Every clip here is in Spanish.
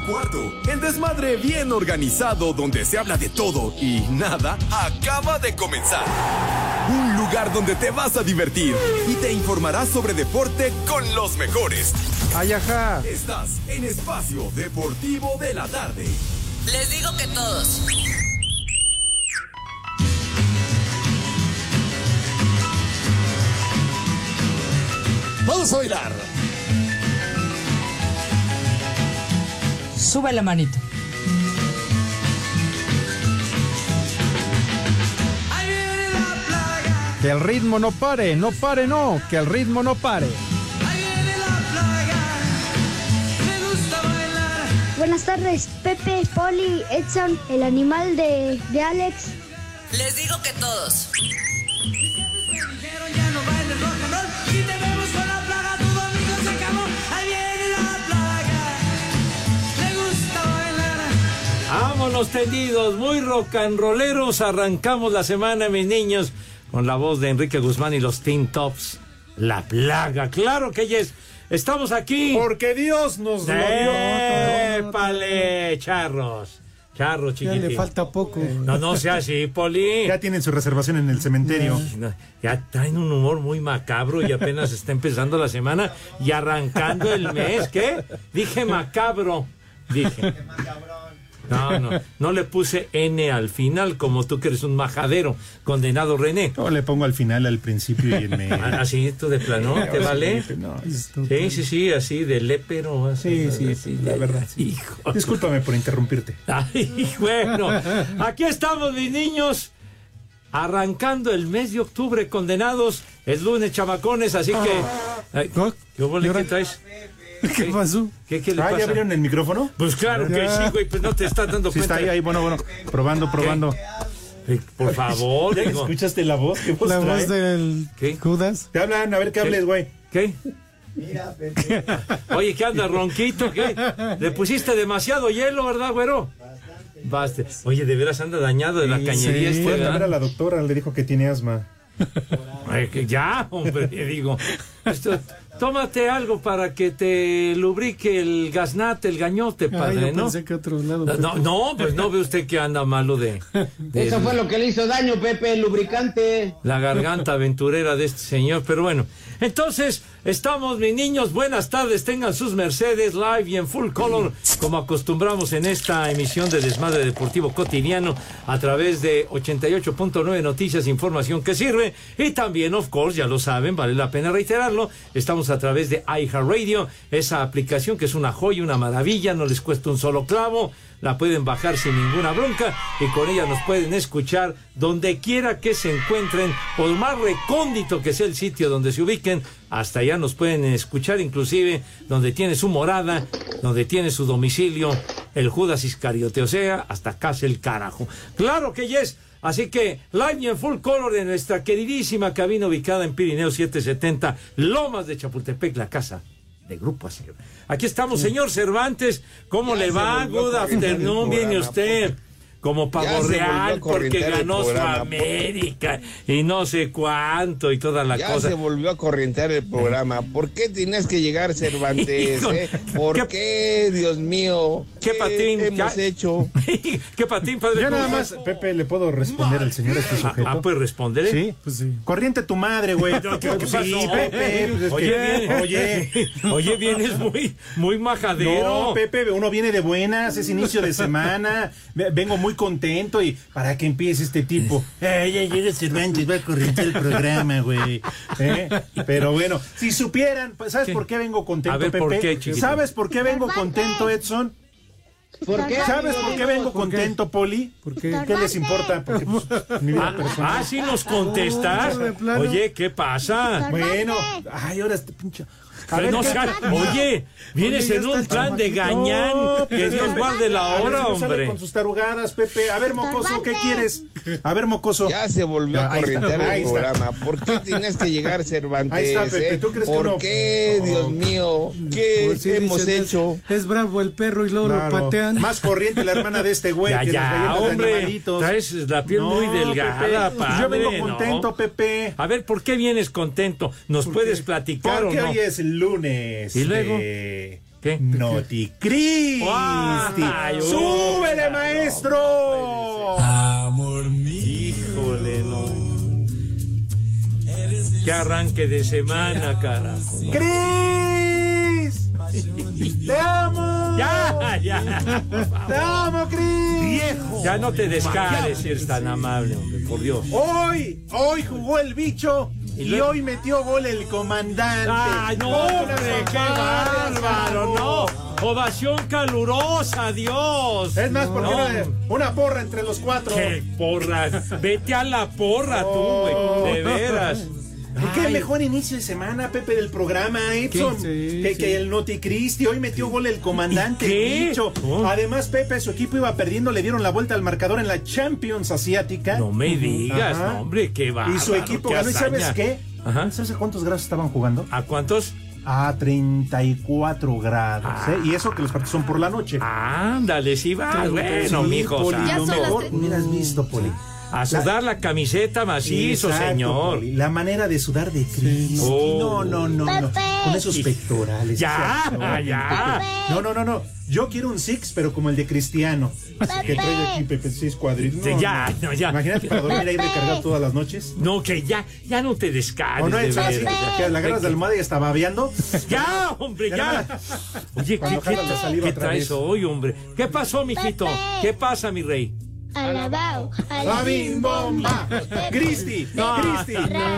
cuarto. El desmadre bien organizado donde se habla de todo y nada acaba de comenzar. Un lugar donde te vas a divertir y te informarás sobre deporte con los mejores. ¡Ay, ajá! Estás en Espacio Deportivo de la Tarde. Les digo que todos. Vamos a bailar. Sube la manito. Que el ritmo no pare, no pare, no. Que el ritmo no pare. Buenas tardes, Pepe, Poli, Edson, el animal de Alex. Les digo que todos. Vámonos tendidos, muy rock and rolleros. Arrancamos la semana, mis niños, con la voz de Enrique Guzmán y los Teen Tops. La plaga, claro que yes. Estamos aquí. Porque Dios nos lo dio. ¡Épale, charros! Charros, chiquitín. Ya le falta poco. No sea así, Poli. Ya tienen su reservación en el cementerio. Ya traen un humor muy macabro y apenas está empezando la semana y arrancando el mes. ¿Qué? Dije macabro. Dije. No le puse N al final, como tú que eres un majadero, condenado René. No, le pongo al final, al principio y en medio. Así, tú de plano, ¿te vale? No, sí, así, de lépero. Sí, la verdad. Sí. Hijo. Discúlpame por interrumpirte. Ay, bueno, aquí estamos, mis niños, arrancando el mes de octubre, condenados. Es lunes, chamacones, así que... ¿Qué traes? ¿Qué pasó? ¿Qué le pasa? ¿Ya abrieron el micrófono? Pues claro que sí, güey, pues no te estás dando sí, cuenta. Está ahí, bueno, probando. Por favor, ¿Ya escuchaste la voz? ¿Qué voz la trae? voz del Judas. Te hablan, a ver qué hables, güey. ¿Qué? Mira, Pepe. Oye, ¿qué anda, ronquito? ¿Qué? Le pusiste demasiado hielo, ¿verdad, güero? Bastante. Oye, de veras anda dañado de la cañería. Fue a ver a la doctora, le dijo que tiene asma. Ay, que ya, hombre, digo. Tómate algo para que te lubrique el gaznate, el gañote, padre, yo pensé que otro lado. Pues no ve usted que anda malo de eso fue lo que le hizo daño, Pepe, el lubricante. La garganta aventurera de este señor, pero bueno. Entonces, estamos, mis niños, buenas tardes, tengan sus mercedes live y en full color, como acostumbramos en esta emisión de Desmadre Deportivo Cotidiano, a través de 88.9 Noticias, información que sirve, y también, of course, ya lo saben, vale la pena reiterarlo, estamos a través de iHeartRadio, esa aplicación que es una joya, una maravilla, no les cuesta un solo clavo, la pueden bajar sin ninguna bronca y con ella nos pueden escuchar donde quiera que se encuentren, por más recóndito que sea el sitio donde se ubiquen, hasta allá nos pueden escuchar, inclusive donde tiene su morada, donde tiene su domicilio el Judas Iscariote, o sea, hasta casa el carajo. Claro que yes. Así que, live y en full color de nuestra queridísima cabina ubicada en Pirineo 770, Lomas de Chapultepec, la casa de Grupo Asir. Aquí estamos, señor Cervantes. ¿Cómo le va? Good afternoon, viene usted como pavo real porque ganó su América y no sé cuánto y toda la cosa. Ya se volvió a corrientear el programa. ¿Por qué tienes que llegar, Cervantes? ¿Por qué, Dios mío? ¿Qué patín hemos hecho? ¿Qué patín, padre? Ya nada más, Pepe, ¿le puedo responder al señor este sujeto? ¿Puedes responder? Sí, pues sí. Corriente tu madre, güey. Sí, Pepe. Oye, vienes muy majadero. No, Pepe, uno viene de buenas, es inicio de semana, vengo muy contento y para que empiece este tipo. Ya llega Cervantes, va a corrientear el programa, güey. Pero bueno, si supieran, ¿sabes por qué vengo contento, a ver, Pepe? ¿por qué, chiquito? ¿Sabes por qué vengo contento, Edson? ¿Por qué? ¿Sabes por qué vengo contento, Poli? ¿Por qué? ¿Qué les importa? Porque pues, mi vida personal. ¿Sí nos contestas? Oye, ¿qué pasa? Bueno, ahora este pinche... Oye, vienes en un plan de gañán, que Dios guarde la hora, hombre. Con sus tarugadas, Pepe. A ver, mocoso, ¿qué quieres? A ver, mocoso. Ya se volvió a corrientear el programa. ¿Por qué tienes que llegar, Cervantes? Ahí está, Pepe. ¿Tú crees ¿Por qué, Dios mío? ¿Qué hemos hecho? Es bravo el perro y luego lo patean. Más corriente la hermana de este güey. Ya, hombre. Traes la piel muy delgada, Pepe, padre. Yo vengo contento, Pepe. A ver, ¿por qué vienes contento? ¿Nos puedes platicar o no? Porque hoy es lunes. ¿Y luego? ¿Qué ¿Qué? Noticristi. ¡Súbele, maestro! Amor mío. Híjole, no. Qué arranque de semana, carajo. ¡Cris! ¡Te amo! Ya. ¡Te amo, Cris! Viejo. Ya no te descares si eres tan amable, hombre, por Dios. Hoy jugó el bicho y hoy metió gol el comandante. ¡Ay, no, hombre! ¡Qué bárbaro! ¡No! ¡Ovación calurosa, Dios! Es más, porque No. una porra entre los cuatro. ¡Qué porra! Vete a la porra tú, güey. De veras. ¿Y qué mejor inicio de semana, Pepe, del programa, Edson? Que el Noticristi. Hoy metió gol el comandante. ¿Qué? Bicho. Además, Pepe, su equipo iba perdiendo, le dieron la vuelta al marcador en la Champions Asiática. No me digas, no, hombre, qué bárbaro. Y su equipo qué ganó. ¿Y sabes hazaña. qué? Ajá. ¿Sabes a cuántos grados estaban jugando? ¿A cuántos? A 34 grados. Y eso que los partidos son por la noche. Ándale, sí va. Bueno, mijo. Poli, Ya lo son mejor las hubieras visto, Poli. A sudar la camiseta macizo, Exacto, señor. Poli. La manera de sudar de Cris. Oh. No. Con esos pectorales. Ya, ese abdomen, ya. Pepe. No. Yo quiero un six, pero como el de Cristiano. Que trae aquí, Pepe, 6 cuadritos. Sí, ya. Imagínate para dormir ahí recargado todas las noches. No, que ya no te descares. O no, de es así, veras. que la agarras de almohada y está babeando. Ya, hombre, ya. Oye, Cuando jalas la saliva ¿qué otra traes vez. hoy, hombre? ¿Qué pasó, mijito? ¿Qué pasa, mi rey? Alabao, ¡La bim bomba! ¡Cristi! No. ¡Cristi!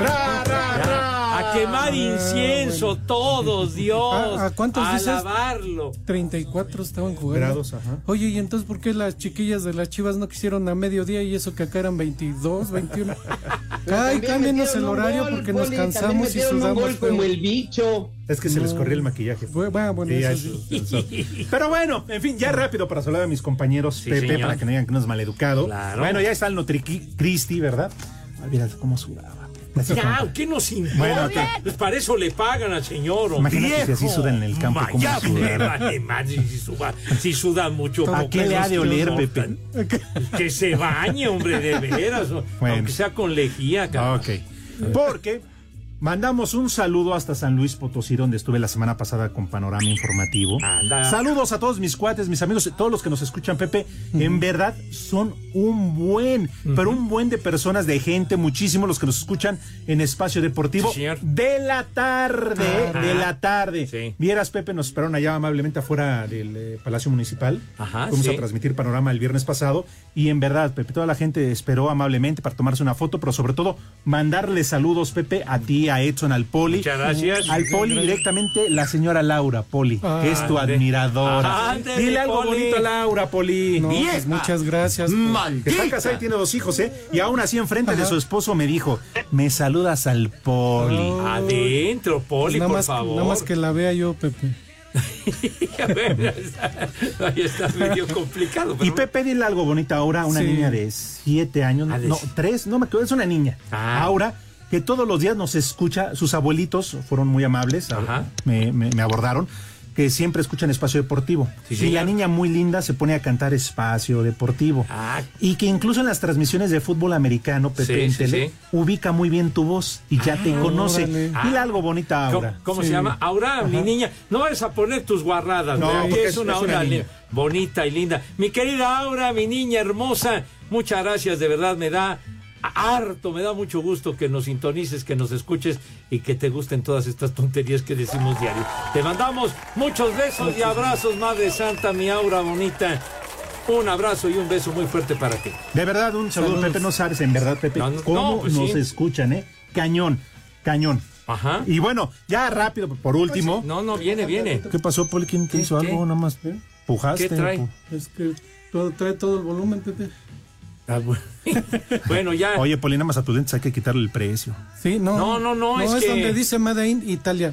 ¡Ra! A quemar incienso todos, Dios. ¿A cuántos a dices? alabarlo. 34 estaban jugando. Grados, ajá. Oye, ¿y entonces por qué las chiquillas de las Chivas no quisieron a mediodía y eso que acá eran 22, 21? Ay, cámbienos el horario porque nos cansamos y sudamos. Gol como el bicho. Es que se les corrió el maquillaje. Bueno, Sí, eso sí. eso. Pero bueno, en fin, ya rápido para saludar a mis compañeros, Sí, Pepe, señor. para que no digan que no es maleducado. Claro. Bueno, ya está el Noticristi, ¿verdad? Ay, mira cómo sudaba. Así Ya, como- ¿qué nos importa? Bueno, ¿qué? Pues para eso le pagan al señor, hombre. Imagínate si así sudan en el campo, cómo Ya me sudará. vale madre si suda mucho. ¿A qué le ha de oler, no, Pepe? Que se bañe, hombre, de veras. Bueno. Aunque sea con lejía, cabrón. Ok. Porque mandamos un saludo hasta San Luis Potosí, donde estuve la semana pasada con Panorama Informativo. Anda. Saludos a todos mis cuates, mis amigos, todos los que nos escuchan, Pepe. En verdad son pero un buen de personas, de gente, muchísimos los que nos escuchan en Espacio Deportivo. Sí, señor. De la tarde. Sí. Vieras, Pepe, nos esperaron allá amablemente afuera del Palacio Municipal. Ajá, Fuimos sí. a transmitir Panorama el viernes pasado. Y en verdad, Pepe, toda la gente esperó amablemente para tomarse una foto, pero sobre todo mandarle saludos, Pepe, a ti, a Edson, al Poli. Muchas gracias. Al Poli directamente, la señora Laura, Poli, que es tu Ande. admiradora. Ándele, Dile algo Poli. bonito a Laura, Poli. No, ¡Vieja! pues muchas gracias. Que está casada y tiene 2 hijos, ¿eh? Y aún así, enfrente de su esposo, me dijo, me saludas al Poli. Adentro, Poli, Nada por más, favor. nada más que la vea yo, Pepe. A ver, ahí está medio complicado. Y Pero... Pepe, dile algo bonito a Aura, una Sí. niña de 7 años, Ah, de- no, 3, no me acuerdo, es una niña. Ah. Aura, que todos los días nos escucha, sus abuelitos fueron muy amables, Ajá. me abordaron, que siempre escuchan Espacio Deportivo. Sí, y señor. la niña muy linda se pone a cantar Espacio Deportivo. Ah. Y que incluso en las transmisiones de fútbol americano, Pepe, Sí, en sí, tele, sí. ubica muy bien tu voz y ya te conoce. órale. Dile algo bonito a Aura. ¿Cómo Sí. se llama? Aura, mi niña. No vas a poner tus guarradas, No, ¿verdad? porque Que es una una Aura niña. bonita y linda. Mi querida Aura, mi niña hermosa, muchas gracias, de verdad me da mucho gusto que nos sintonices, que nos escuches y que te gusten todas estas tonterías que decimos diario. Te mandamos muchos besos y abrazos, Madre Santa, mi Aura bonita. Un abrazo y un beso muy fuerte para ti. De verdad, un saludo, Saludos. Pepe, no sabes, en verdad, Pepe, No, cómo pues nos sí. escuchan, ¿eh? Cañón. Ajá. Y bueno, ya rápido, por último. No, viene. ¿Qué pasó, Poli? ¿Quién te hizo qué? algo? Nada más pujaste. ¿Qué trae? Es que trae todo el volumen, Pepe. Ah, bueno, ya. Oye, Poli, nada más a tus lentes hay que quitarle el precio. Sí, no. No, es es que- donde dice Made in Italia.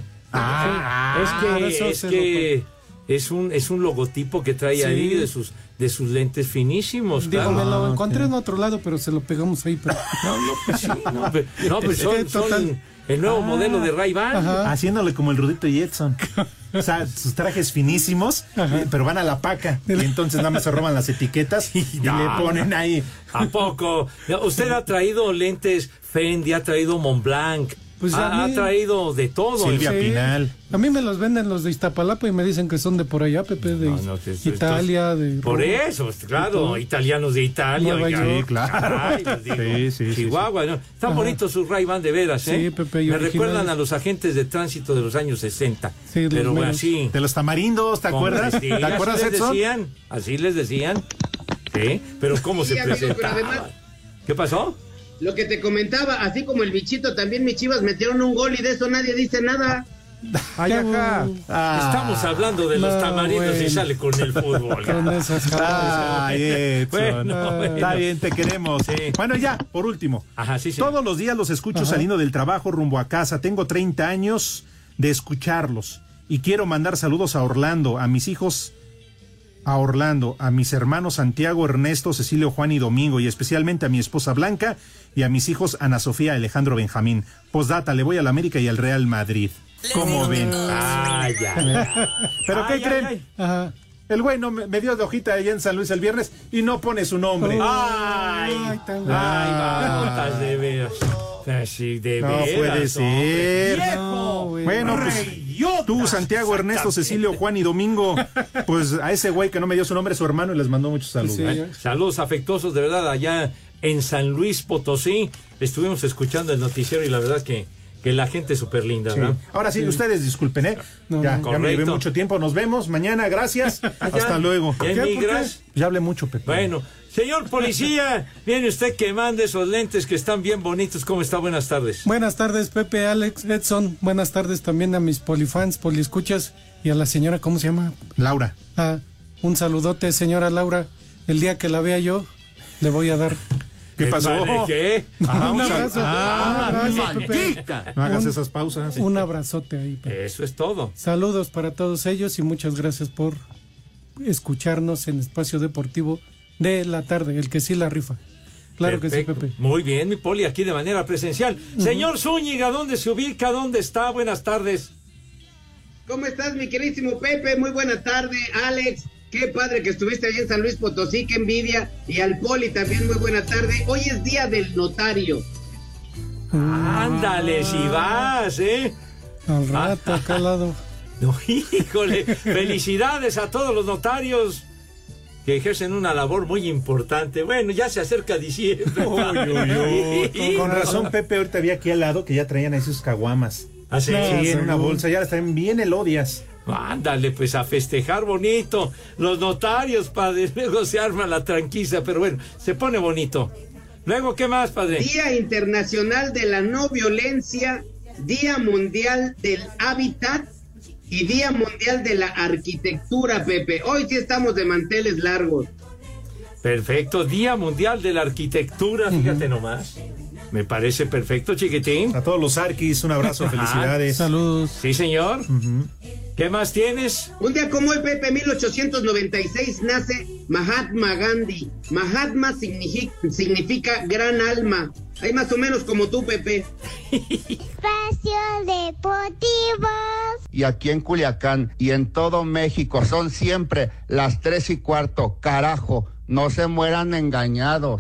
Es que es un logotipo que trae Sí. ahí de sus lentes finísimos. Digo, claro. me lo encontré en otro lado, pero se lo pegamos ahí. Pero... Pues sí, pues Es que son total. el nuevo modelo de Ray-Ban. Ajá. Haciéndole como el Rudito y Edson. O sea, sus trajes finísimos, pero van a la paca. Y entonces nada más se roban las etiquetas y le ponen ahí. ¿A poco? Usted ha traído lentes Fendi, ha traído Montblanc. Pues ha traído de todo. Silvia Pinal. A mí me los venden los de Iztapalapa y me dicen que son de por allá, Pepe, de Italia, de... Por eso, claro, italianos de Italia. Sí, claro. Ay, Chihuahua, ¿no? Están bonitos sus Ray-Ban de veras, ¿eh? Sí, Pepe, me recuerdan a los agentes de tránsito de los años 60. Sí, pero bueno, así. De los tamarindos, ¿te acuerdas? Sí, ¿Te acuerdas, Edson? Así les decían. Sí, pero ¿cómo se presentaban? Además, ¿qué pasó? Lo que te comentaba, así como el bichito, también mis Chivas metieron un gol y de eso nadie dice nada. Ay, acá. Estamos hablando de los tamarindos y sale con el fútbol. Con esas Ay, Edson. Bueno. Está bien, te queremos. Sí. Bueno, ya, por último. Ajá, sí. Todos los días los escucho saliendo del trabajo rumbo a casa. Tengo 30 años de escucharlos. Y quiero mandar saludos a Orlando, a mis hijos, a mis hermanos Santiago, Ernesto, Cecilio, Juan y Domingo, y especialmente a mi esposa Blanca y a mis hijos Ana Sofía, Alejandro, Benjamín. Postdata, le voy a la América y al Real Madrid. ¿Cómo ven? Ya. ¿Pero qué creen? Ajá. El güey no me dio de hojita allá en San Luis el viernes y no pone su nombre. Babotas de veras. Así de no veras. Puede ser. No, bueno, pues tú, Santiago, Ernesto, Cecilio, Juan y Domingo, pues a ese güey que no me dio su nombre, su hermano, y les mandó muchos saludos. Sí. Saludos afectuosos, de verdad, allá en San Luis Potosí. Estuvimos escuchando el noticiero y la verdad que la gente es súper linda, ¿verdad? Ahora sí, ustedes disculpen, ¿eh? Ya me llevé mucho tiempo. Nos vemos mañana, gracias. Hasta luego. Ya hablé mucho, Pepe. Bueno, señor policía, viene usted que mande esos lentes que están bien bonitos. ¿Cómo está? Buenas tardes. Buenas tardes, Pepe, Alex, Edson. Buenas tardes también a mis polifans, poliescuchas y a la señora, ¿cómo se llama? Laura. Un saludote, señora Laura. El día que la vea yo, le voy a dar... ¿Qué pasó? ¿Qué? Un abrazo, Pepe. No hagas esas pausas. Un abrazote ahí, Pepe. Eso es todo. Saludos para todos ellos y muchas gracias por escucharnos en Espacio Deportivo de la tarde, el que sí la rifa. Claro. Perfecto. Que sí, Pepe. Muy bien, mi poli, aquí de manera presencial. Señor Zúñiga, ¿dónde se ubica? ¿Dónde está? Buenas tardes. ¿Cómo estás, mi queridísimo Pepe? Muy buena tarde, Alex. Qué padre que estuviste ahí en San Luis Potosí, qué envidia. Y al poli también, muy buena tarde. Hoy es día del notario. Ándale, si vas, ¿eh? Al rato, acá al lado. No, híjole, felicidades a todos los notarios que ejercen una labor muy importante. Bueno, ya se acerca diciembre. Con razón, Pepe, ahorita había aquí al lado que ya traían ahí sus caguamas. ¿Ah, sí? Sí, en una bolsa, ya las traen bien elodias. Ándale, pues a festejar bonito. Los notarios, padre. Luego se arma la tranquiza, pero bueno, se pone bonito. Luego, ¿qué más, padre? Día Internacional de la No Violencia, Día Mundial del Hábitat y Día Mundial de la Arquitectura, Pepe. Hoy sí estamos de manteles largos. Perfecto, Día Mundial de la Arquitectura, fíjate nomás. Me parece perfecto, chiquitín. A todos los arquis, un abrazo, felicidades. Saludos. Sí, señor. ¿Qué más tienes? Un día como hoy, Pepe, 1896, nace Mahatma Gandhi. Mahatma significa gran alma. Ahí más o menos como tú, Pepe. Espacio Deportivo. Y aquí en Culiacán y en todo México son siempre las 3:15. Carajo, no se mueran engañados.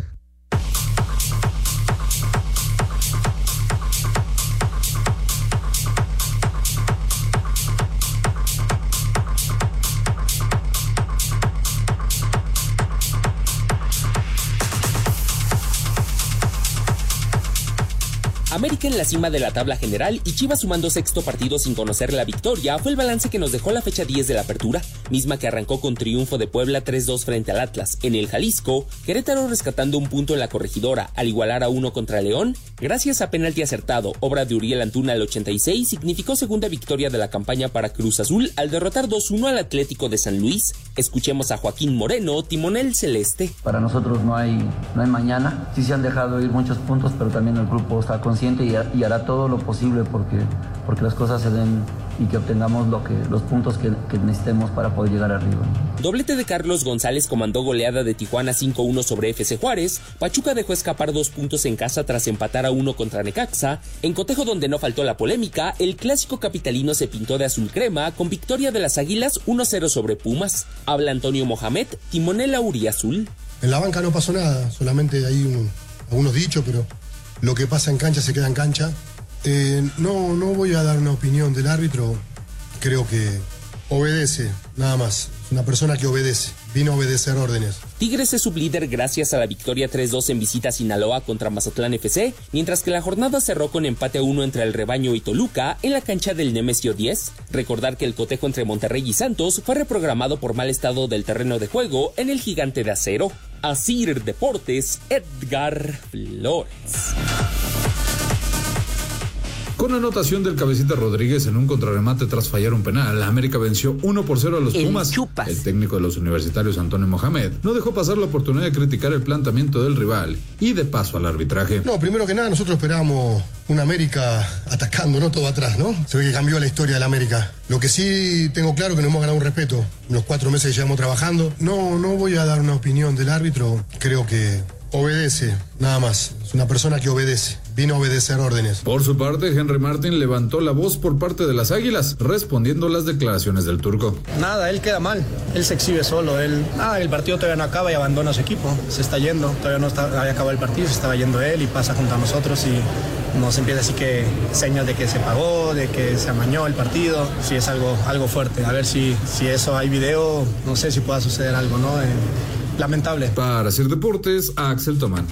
América en la cima de la tabla general y Chivas sumando sexto partido sin conocer la victoria fue el balance que nos dejó la fecha 10 de la apertura, misma que arrancó con triunfo de Puebla 3-2 frente al Atlas. En el Jalisco, Querétaro rescatando un punto en la Corregidora al igualar a 1 contra León, gracias a penalti acertado, obra de Uriel Antuna al 86, significó segunda victoria de la campaña para Cruz Azul al derrotar 2-1 al Atlético de San Luis. Escuchemos a Joaquín Moreno, timonel celeste. Para nosotros no hay mañana, sí se han dejado ir muchos puntos, pero también el grupo está consciente y hará todo lo posible porque las cosas se den y que obtengamos los puntos que necesitemos para poder llegar arriba. Doblete de Carlos González comandó goleada de Tijuana 5-1 sobre FC Juárez. Pachuca dejó escapar 2 puntos en casa tras empatar a 1 contra Necaxa. En cotejo donde no faltó la polémica, el clásico capitalino se pintó de azul crema con victoria de las Águilas 1-0 sobre Pumas. Habla Antonio Mohamed, timonel auriazul. En la banca no pasó nada, solamente hay algunos dichos, pero lo que pasa en cancha se queda en cancha No voy a dar una opinión del árbitro. Creo que obedece, nada más. Es una persona que obedece. Vino a obedecer órdenes. Tigres es sublíder gracias a la victoria 3-2 en visita a Sinaloa contra Mazatlán FC, mientras que la jornada cerró con empate a 1 entre el Rebaño y Toluca en la cancha del Nemesio 10. Recordar que el cotejo entre Monterrey y Santos fue reprogramado por mal estado del terreno de juego en el Gigante de Acero. Asir Deportes, Edgar Flores. Con anotación del Cabecita Rodríguez en un contrarremate tras fallar un penal, la América venció 1-0 a los Pumas. El técnico de los universitarios, Antonio Mohamed, no dejó pasar la oportunidad de criticar el planteamiento del rival y de paso al arbitraje. No, primero que nada nosotros esperábamos una América atacando, no todo atrás, ¿no? Se ve que cambió la historia de la América. Lo que sí tengo claro que nos hemos ganado un respeto en los 4 meses que llevamos trabajando. No voy a dar una opinión del árbitro. Creo que obedece, nada más. Es una persona que obedece. Vino a obedecer órdenes. Por su parte, Henry Martin levantó la voz por parte de las Águilas, respondiendo las declaraciones del turco. Nada, él queda mal. Él se exhibe solo. El partido todavía no acaba y abandona a su equipo. Se está yendo. Todavía no había acabado el partido, se estaba yendo él y pasa junto a nosotros y nos empieza así que señas de que se pagó, de que se amañó el partido. Sí, es algo fuerte. A ver si eso hay video, no sé si pueda suceder algo, ¿no? Lamentable. Para Asir Deportes, Axel Tomán.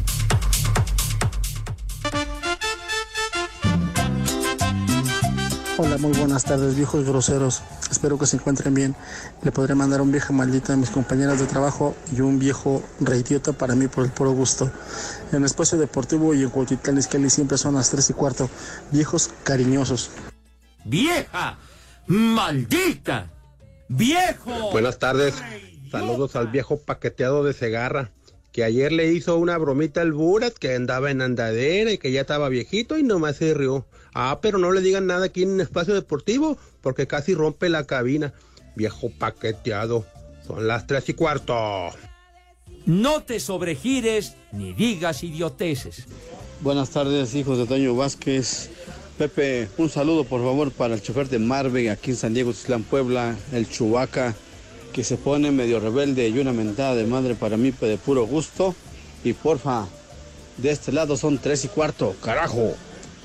Hola, muy buenas tardes, viejos groseros. Espero que se encuentren bien. Le podré mandar un vieja maldita a mis compañeras de trabajo y un viejo reidiota para mí por el puro gusto. En el espacio deportivo y en Cuautitlán Izcalli siempre son las 3:15. Viejos cariñosos. ¡Vieja! ¡Maldita! ¡Viejo! Buenas tardes. Saludos al viejo paqueteado de Segarra, que ayer le hizo una bromita al Burat, que andaba en andadera y que ya estaba viejito y nomás se rió. Pero no le digan nada aquí en Espacio Deportivo, porque casi rompe la cabina. Viejo paqueteado. Son las 3:15. No te sobregires ni digas idioteces. Buenas tardes, hijos de Toño Vázquez. Pepe, un saludo por favor para el chofer de Marvel aquí en San Diego, Titlán, Puebla, el Chubaca, que se pone medio rebelde y una mentada de madre para mí de puro gusto. Y porfa, de este lado son 3:15, carajo.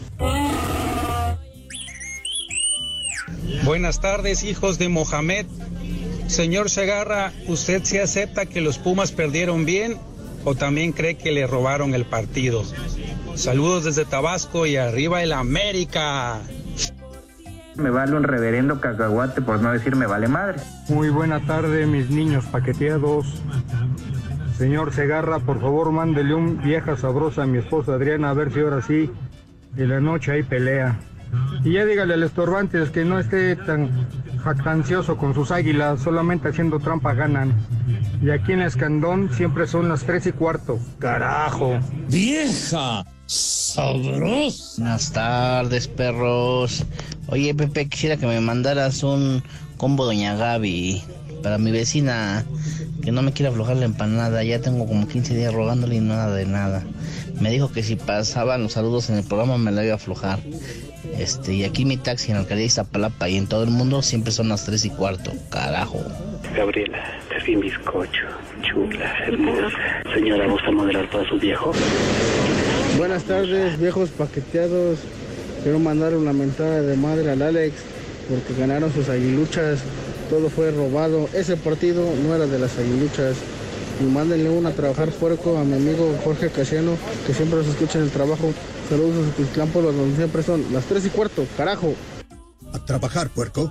Buenas tardes, hijos de Mohamed. Señor Segarra, ¿usted sí acepta que los Pumas perdieron bien o también cree que le robaron el partido? Saludos desde Tabasco y arriba el América. Me vale un reverendo cacahuate, por no decir me vale madre. Muy buena tarde, mis niños paqueteados. Señor Segarra, por favor, mándele un vieja sabrosa a mi esposa Adriana, a ver si ahora sí, en la noche hay pelea. Y ya dígale al Estorbantes que no esté tan jactancioso con sus Águilas, solamente haciendo trampa ganan. Y aquí en Escandón siempre son las 3:15, carajo. ¡Vieja sabrosa! Buenas tardes, perros. Oye, Pepe, quisiera que me mandaras un combo Doña Gaby para mi vecina, que no me quiere aflojar la empanada. Ya tengo como 15 días rogándole y nada de nada. Me dijo que si pasaban los saludos en el programa me la iba a aflojar. Y aquí mi taxi en la alcaldía de Iztapalapa y en todo el mundo siempre son las 3:15, carajo. Gabriela, te vi un bizcocho, chula, hermosa. Señora, ¿gusta moderar para su viejo? Buenas tardes, viejos paqueteados. Quiero mandar una mentada de madre al Alex porque ganaron sus aguiluchas. Todo fue robado. Ese partido no era de las aguiluchas. Y mándenle una a trabajar puerco a mi amigo Jorge Casiano, que siempre nos escucha en el trabajo. Saludos a Titlán, Puebla, donde siempre son las 3:15, carajo. A trabajar, puerco.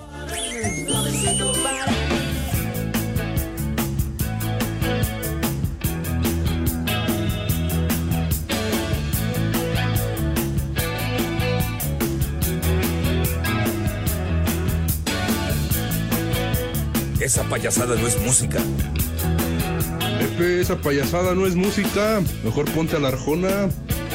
Esa payasada no es música. Pepe, esa payasada no es música. Mejor ponte a la Arjona.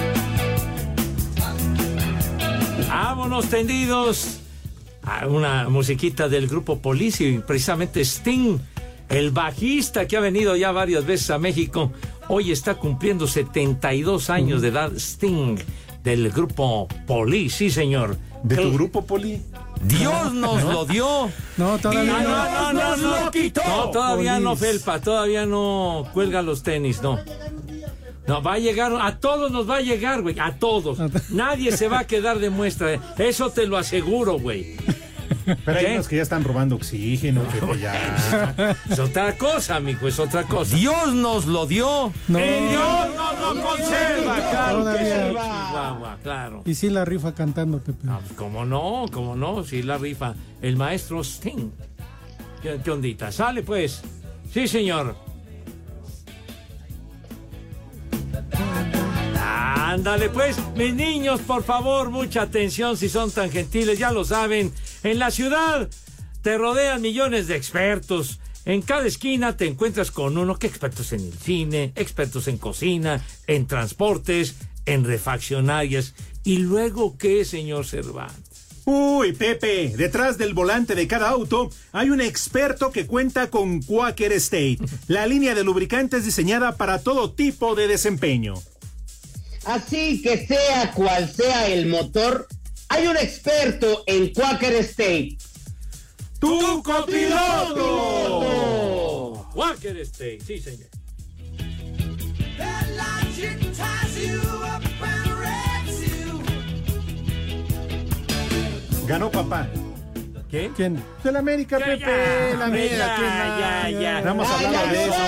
Vámonos tendidos a una musiquita del grupo Police y precisamente Sting, el bajista que ha venido ya varias veces a México, hoy está cumpliendo 72 años de edad. Sting, del grupo Police, sí señor. ¿De tu grupo, Poli? Dios nos lo dio. No, todavía no. nos lo quitó. No, todavía no, Felpa, todavía no cuelga los tenis, no. No, va a llegar, a todos nos va a llegar, güey, a todos. Nadie se va a quedar de muestra, eso te lo aseguro, güey. Pero hay unos que ya están robando oxígeno, Pepe, ya. Es otra cosa, mijo, es otra cosa. Dios nos lo dio. No. Dios nos lo conserva, claro. Claro. Y sí la rifa cantando, Pepe. No, cómo no, sí la rifa. El maestro Sting. ¿Qué ondita? Sale, pues. Sí, señor. Ándale, pues, mis niños, por favor, mucha atención si son tan gentiles, ya lo saben. En la ciudad te rodean millones de expertos. En cada esquina te encuentras con uno que expertos en el cine, expertos en cocina, en transportes, en refaccionarias. ¿Y luego qué, señor Cervantes? Uy, Pepe, detrás del volante de cada auto hay un experto que cuenta con Quaker State, la línea de lubricantes diseñada para todo tipo de desempeño. Así que sea cual sea el motor, hay un experto en Quaker State. ¡Tu copiloto! Quaker State, sí, señor. Ganó papá. ¿Quién? Del América, Pepe. La América. Ya. No hemos hablado de eso.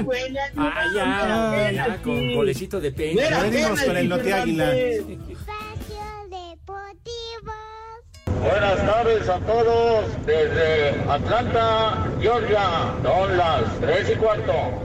Ya, con golecito de peña. Venimos con el Lote Águila. Buenas tardes a todos desde Atlanta, Georgia. Son las 3:15.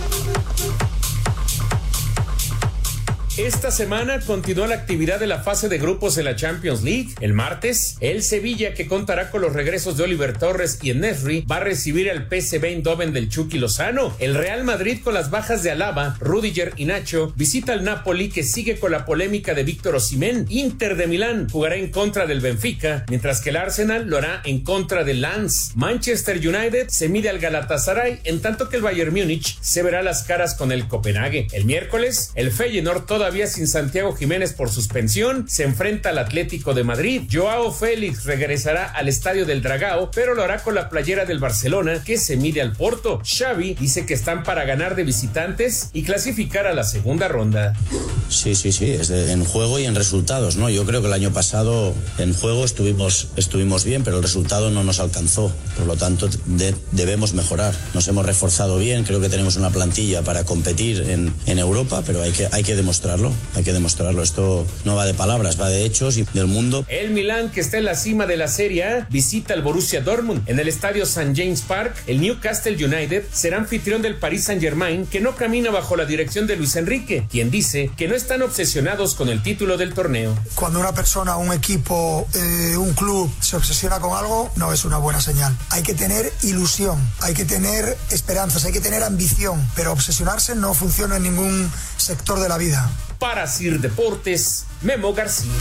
Esta semana continúa la actividad de la fase de grupos de la Champions League. El martes, el Sevilla, que contará con los regresos de Oliver Torres y En-Nesyri, va a recibir al PSV Eindhoven del Chucky Lozano. El Real Madrid, con las bajas de Alaba, Rüdiger y Nacho, visita al Napoli, que sigue con la polémica de Víctor Osimhen. Inter de Milán jugará en contra del Benfica, mientras que el Arsenal lo hará en contra del Lens. Manchester United se mide al Galatasaray, en tanto que el Bayern Múnich se verá las caras con el Copenhague. El miércoles, el Feyenoord, todavía sin Santiago Jiménez por suspensión, se enfrenta al Atlético de Madrid. Joao Félix regresará al Estadio del Dragao, pero lo hará con la playera del Barcelona, que se mide al Porto. Xavi dice que están para ganar de visitantes y clasificar a la segunda ronda. Sí, es en juego y en resultados, ¿no? Yo creo que el año pasado en juego estuvimos bien, pero el resultado no nos alcanzó. Por lo tanto, debemos mejorar. Nos hemos reforzado bien, creo que tenemos una plantilla para competir en Europa, pero hay que demostrarlo. Esto no va de palabras, va de hechos y del mundo. El Milán, que está en la cima de la Serie A, visita al Borussia Dortmund. En el estadio St. James Park, el Newcastle United será anfitrión del Paris Saint-Germain, que no camina bajo la dirección de Luis Enrique, quien dice que no están obsesionados con el título del torneo. Cuando una persona, un equipo, un club se obsesiona con algo, no es una buena señal. Hay que tener ilusión, hay que tener esperanzas, hay que tener ambición, pero obsesionarse no funciona en ningún sector de la vida. Para Sir Deportes, Memo García.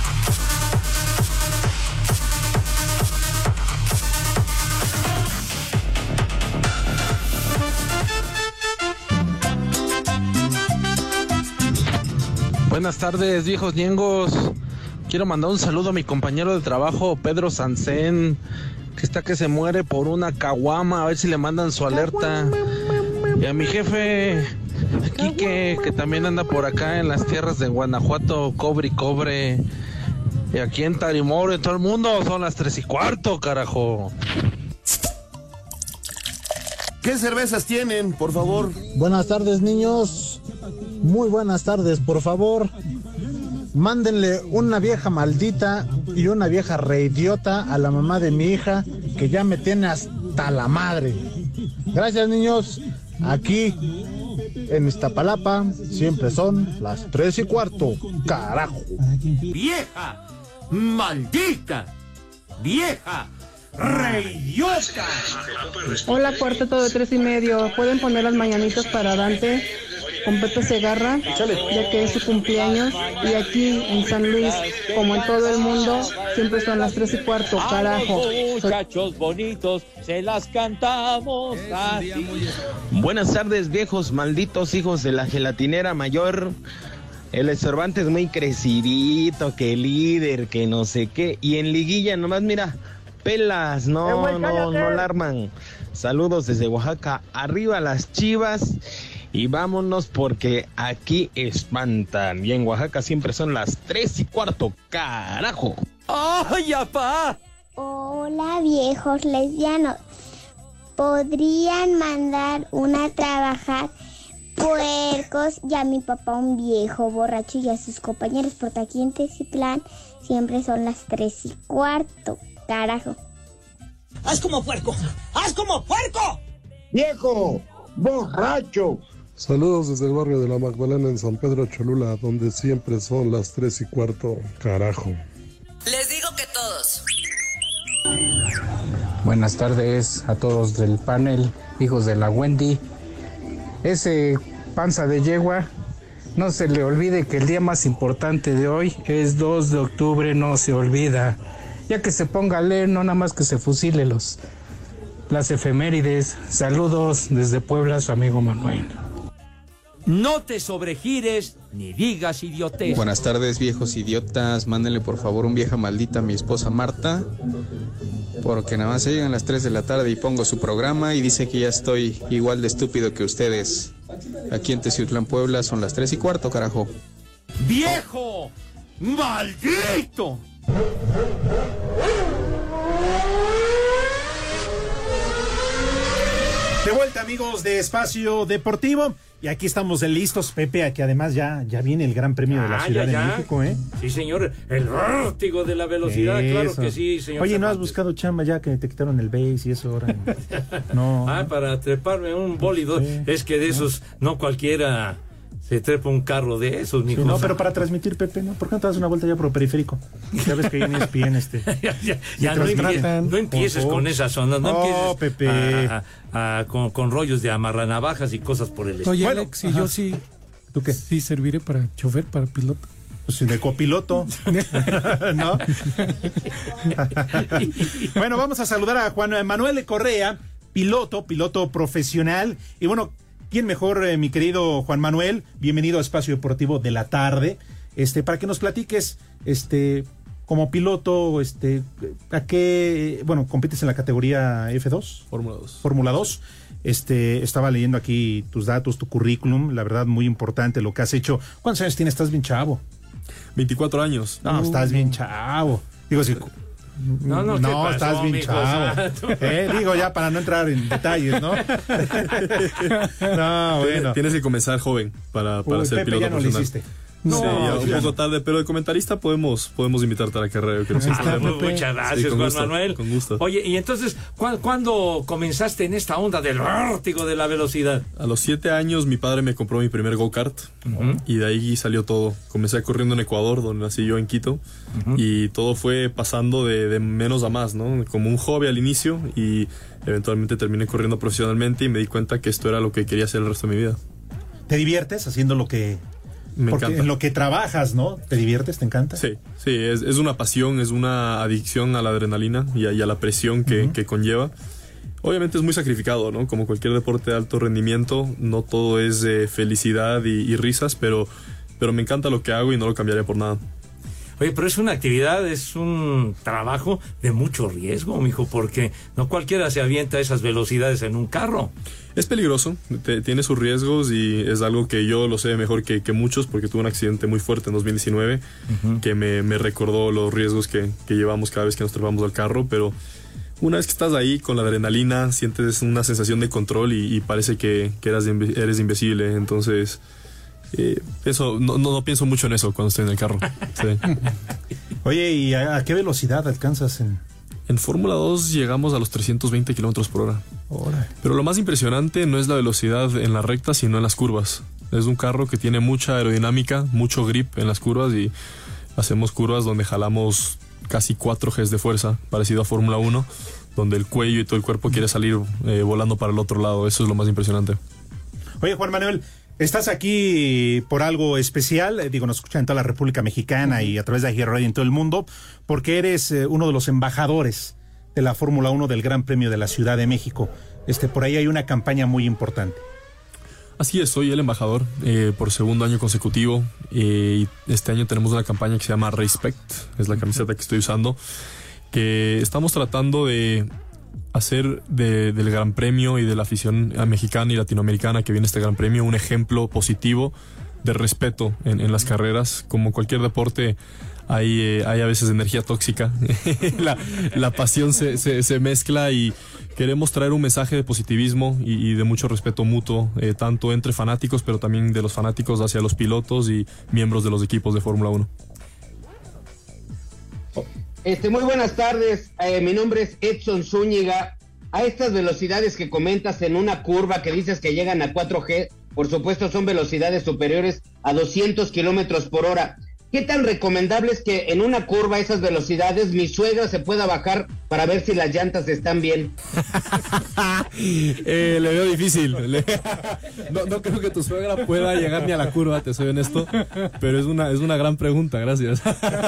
Buenas tardes, viejos ñengos. Quiero mandar un saludo a mi compañero de trabajo, Pedro Sansén, que está que se muere por una caguama, a ver si le mandan su alerta. Y a mi jefe Quique, que también anda por acá en las tierras de Guanajuato, cobre. Y aquí en Tarimoro, en todo el mundo, son las 3:15, carajo. ¿Qué cervezas tienen, por favor? Buenas tardes, niños. Muy buenas tardes, por favor. Mándenle una vieja maldita y una vieja reidiota a la mamá de mi hija, que ya me tiene hasta la madre. Gracias, niños. Aquí en Iztapalapa siempre son las 3:15, carajo. ¡Vieja! ¡Maldita! ¡Vieja! ¡Reidiota! Hola, cuarteto de 3:30. ¿Pueden poner las mañanitas para Dante con Pepe Segarra, ya que es su cumpleaños? Y aquí en San Luis, como en todo el mundo, siempre son las 3:15, carajo. Muchachos bonitos, se las cantamos así. Buenas tardes, viejos malditos hijos de la gelatinera mayor. El Cervantes muy crecidito, que líder, que no sé qué. Y en liguilla nomás, mira, pelas, no la arman. Saludos desde Oaxaca. Arriba las Chivas. y vámonos porque aquí espantan. Y en Oaxaca siempre son las 3:15, carajo. ¡Ay, apá! Hola, viejos lesbianos. ¿Podrían mandar una a trabajar puercos y a mi papá un viejo borracho y a sus compañeros? Porque aquí en Teciutlán siempre son las 3:15, carajo. ¡Haz como puerco! ¡Haz como puerco! ¡Viejo borracho! Saludos desde el barrio de la Magdalena en San Pedro Cholula, donde siempre son las 3:15, carajo. Les digo que todos. Buenas tardes a todos del panel, hijos de la Wendy. Ese panza de yegua, no se le olvide que el día más importante de hoy es 2 de octubre, no se olvida. Ya que se ponga a leer, no nada más que se fusile las efemérides. Saludos desde Puebla, su amigo Manuel. No te sobregires ni digas idiotez. Buenas tardes, viejos idiotas. Mándenle por favor un vieja maldita a mi esposa Marta, porque nada más se llegan las 3 de la tarde y pongo su programa y dice que ya estoy igual de estúpido que ustedes. Aquí en Teciutlán, Puebla, son las 3:15, carajo. ¡Viejo maldito! De vuelta, amigos de Espacio Deportivo, y aquí estamos listos, Pepe, a que además ya viene el Gran Premio de la Ciudad de México, ¿eh? Sí, señor, el vértigo de la velocidad, eso. Claro que sí, señor. Oye, ¿no has buscado chamba ya que te quitaron el base y eso ahora? No. Para treparme un bólido, sí. Es que de esos no cualquiera se trepa un carro de esos, mijo. Sí, no, pero para transmitir, Pepe, ¿no? ¿Por qué no te das una vuelta ya por el periférico? Ya ves que ahí en ESPN ya no empieces con esas zonas, no empieces, Pepe. Con rollos de amarranavajas y cosas por el estilo. Oye, bueno, Alex, y yo sí. ¿Tú qué? Sí serviré para chofer, para piloto. Pues de copiloto. ¿No? Bueno, vamos a saludar a Juan Manuel Correa, piloto profesional. Y bueno, ¿quién mejor, mi querido Juan Manuel? Bienvenido a Espacio Deportivo de la tarde. Para que nos platiques, como piloto, ¿a qué? Bueno, compites en la categoría F2. Fórmula 2. Estaba leyendo aquí tus datos, tu currículum, la verdad muy importante lo que has hecho. ¿Cuántos años tienes? Estás bien chavo. 24 años. No, estás bien chavo. Digo, si... No, pasó, estás bien chavo. Digo, ya para no entrar en detalles, ¿no? No, bueno. Tienes que comenzar joven para ser Pepe, piloto ya no profesional. Lo hiciste. No, sí, un poco tarde, pero de comentarista podemos invitarte a la carrera. Muchas gracias, Juan Manuel. Con gusto. Oye, y entonces, ¿cuándo comenzaste en esta onda del vértigo de la velocidad? A los 7 años mi padre me compró mi primer go-kart, y de ahí salió todo. Comencé corriendo en Ecuador, donde nací yo, en Quito, y todo fue pasando de menos a más, ¿no? Como un hobby al inicio, y eventualmente terminé corriendo profesionalmente y me di cuenta que esto era lo que quería hacer el resto de mi vida. ¿Te diviertes haciendo lo que... Porque en lo que trabajas, ¿no? ¿Te diviertes? ¿Te encanta? Sí, es una pasión, es una adicción a la adrenalina y a la presión que conlleva. Obviamente es muy sacrificado, ¿no? Como cualquier deporte de alto rendimiento, no todo es felicidad y risas, pero me encanta lo que hago y no lo cambiaría por nada. Oye, pero es una actividad, es un trabajo de mucho riesgo, mijo, porque no cualquiera se avienta a esas velocidades en un carro. Es peligroso, tiene sus riesgos y es algo que yo lo sé mejor que muchos, porque tuve un accidente muy fuerte en 2019 que me recordó los riesgos que llevamos cada vez que nos trepamos al carro, pero una vez que estás ahí con la adrenalina sientes una sensación de control y parece que eres invencible, entonces... eso no pienso mucho en eso cuando estoy en el carro. Sí. Oye, ¿y a qué velocidad alcanzas en Fórmula 2? Llegamos a los 320 kilómetros por hora. Pero lo más impresionante no es la velocidad en la recta, sino en las curvas. Es un carro que tiene mucha aerodinámica, mucho grip en las curvas, y hacemos curvas donde jalamos casi 4 Gs de fuerza, parecido a Fórmula 1, donde el cuello y todo el cuerpo quiere salir volando para el otro lado. Eso es lo más impresionante. Oye, Juan Manuel, estás aquí por algo especial, nos escuchan en toda la República Mexicana y a través de AG Radio en todo el mundo, porque eres uno de los embajadores de la Fórmula 1 del Gran Premio de la Ciudad de México. Por ahí hay una campaña muy importante. Así es, soy el embajador por segundo año consecutivo, y este año tenemos una campaña que se llama Respect, es la camiseta que estoy usando, que estamos tratando de hacer del Gran Premio y de la afición mexicana y latinoamericana que viene este Gran Premio un ejemplo positivo de respeto en las carreras. Como cualquier deporte, hay a veces energía tóxica. la pasión se mezcla y queremos traer un mensaje de positivismo y de mucho respeto mutuo, tanto entre fanáticos, pero también de los fanáticos hacia los pilotos y miembros de los equipos de Fórmula 1. Muy buenas tardes, mi nombre es Edson Zúñiga. A estas velocidades que comentas en una curva que dices que llegan a 4G, por supuesto son velocidades superiores a 200 kilómetros por hora. ¿Qué tan recomendable es que en una curva a esas velocidades mi suegra se pueda bajar para ver si las llantas están bien? Le veo difícil. No creo que tu suegra pueda llegar ni a la curva, te soy honesto, pero es una gran pregunta, gracias.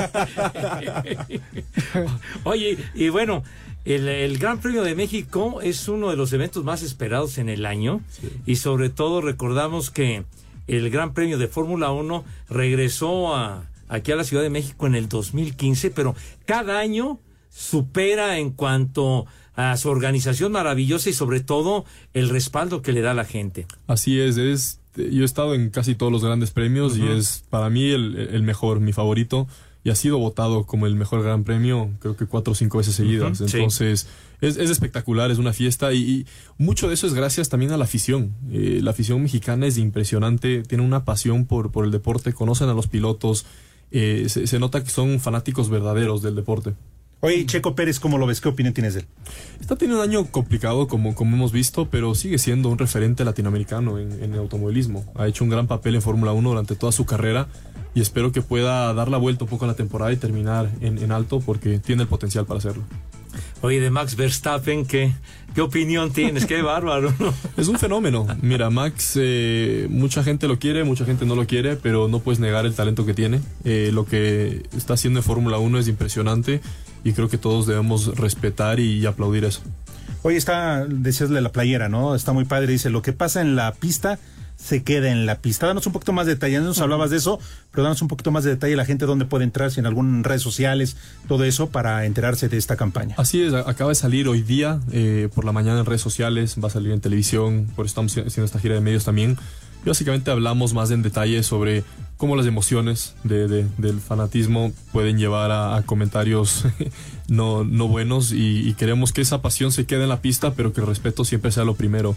Oye, y bueno, el Gran Premio de México es uno de los eventos más esperados en el año, sí. Y sobre todo recordamos que el Gran Premio de Fórmula 1 regresó aquí a la Ciudad de México en el 2015, pero cada año supera en cuanto a su organización maravillosa y sobre todo el respaldo que le da a la gente. Así es, yo he estado en casi todos los grandes premios, uh-huh. Y es para mí el mejor, mi favorito, y ha sido votado como el mejor Gran Premio creo que 4 o 5 veces seguidas. Uh-huh. Entonces sí. Es espectacular, es una fiesta y mucho de eso es gracias también a la afición. La afición mexicana es impresionante, tiene una pasión por el deporte, conocen a los pilotos, se nota que son fanáticos verdaderos del deporte. Oye, Checo Pérez, ¿cómo lo ves? ¿Qué opinión tienes de él? Está teniendo un año complicado, como hemos visto, pero sigue siendo un referente latinoamericano en el automovilismo. Ha hecho un gran papel en Fórmula 1 durante toda su carrera y espero que pueda dar la vuelta un poco en la temporada y terminar en alto porque tiene el potencial para hacerlo. Oye, de Max Verstappen, ¿qué opinión tienes? ¡Qué bárbaro! ¿No? Es un fenómeno. Mira, Max, mucha gente lo quiere, mucha gente no lo quiere, pero no puedes negar el talento que tiene. Lo que está haciendo en Fórmula 1 es impresionante y creo que todos debemos respetar y aplaudir eso. Oye, decías de la playera, ¿no? Está muy padre, dice, lo que pasa en la pista se queda en la pista. Danos un poquito más de detalle, nos hablabas de eso, pero danos un poquito más de detalle, la gente dónde puede entrar, si en algunas redes sociales, todo eso, para enterarse de esta campaña. Así es, acaba de salir hoy día, por la mañana en redes sociales, va a salir en televisión, por eso estamos haciendo esta gira de medios también. Y básicamente hablamos más en detalle sobre cómo las emociones del fanatismo pueden llevar a comentarios no buenos y queremos que esa pasión se quede en la pista, pero que el respeto siempre sea lo primero.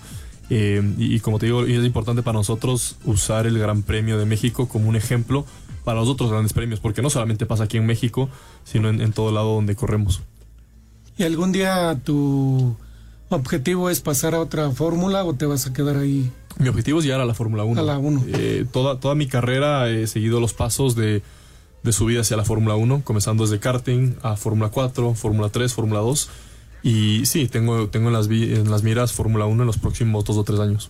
Y como te digo, es importante para nosotros usar el Gran Premio de México como un ejemplo para los otros grandes premios, porque no solamente pasa aquí en México, sino en todo lado donde corremos. ¿Y algún día tu objetivo es pasar a otra fórmula o te vas a quedar ahí? Mi objetivo es llegar a la Fórmula 1. A la 1. Toda mi carrera he seguido los pasos de subida hacia la Fórmula 1, comenzando desde karting a Fórmula 4, Fórmula 3, Fórmula 2. Y sí, tengo en las miras Fórmula 1 en los próximos 2 o 3 años.